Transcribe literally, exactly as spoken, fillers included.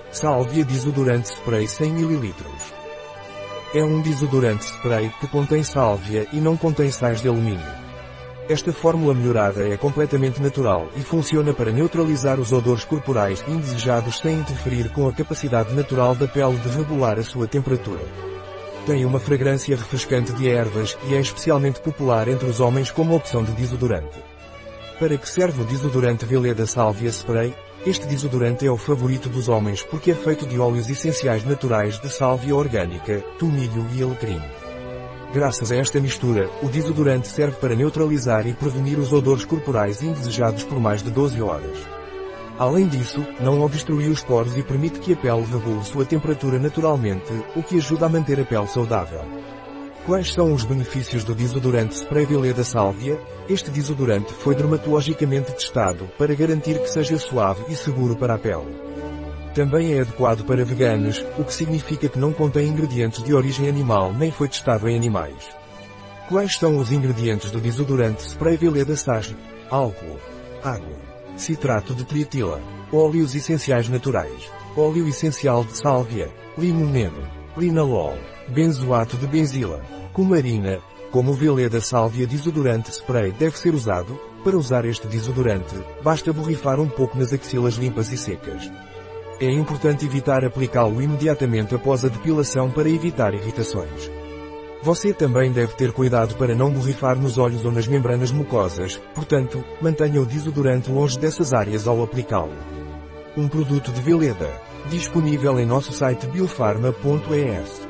Salvia Desodorante Spray cem mililitros. É um desodorante spray que contém sálvia e não contém sais de alumínio. Esta fórmula melhorada é completamente natural e funciona para neutralizar os odores corporais indesejados sem interferir com a capacidade natural da pele de regular a sua temperatura. Tem uma fragrância refrescante de ervas e é especialmente popular entre os homens como opção de desodorante. Para que serve o desodorante Veleda Salvia Spray? Este desodorante é o favorito dos homens porque é feito de óleos essenciais naturais de sálvia orgânica, tomilho e alecrim. Graças a esta mistura, o desodorante serve para neutralizar e prevenir os odores corporais indesejados por mais de doze horas. Além disso, não obstrui os poros e permite que a pele regule sua temperatura naturalmente, o que ajuda a manter a pele saudável. Quais são os benefícios do desodorante Spray Veleda Salvia? Este desodorante foi dermatologicamente testado para garantir que seja suave e seguro para a pele. Também é adequado para veganos, o que significa que não contém ingredientes de origem animal nem foi testado em animais. Quais são os ingredientes do desodorante Spray Veleda Salvia? Álcool, água, citrato de trietila, óleos essenciais naturais, óleo essencial de sálvia, limoneno, linalol, benzoato de benzila, cumarina. Como o Veleda Salvia Desodorante Spray deve ser usado? Para usar este desodorante, basta borrifar um pouco nas axilas limpas e secas. É importante evitar aplicá-lo imediatamente após a depilação para evitar irritações. Você também deve ter cuidado para não borrifar nos olhos ou nas membranas mucosas, portanto, mantenha o desodorante longe dessas áreas ao aplicá-lo. Um produto de Veleda, disponível em nosso site biofarma ponto es.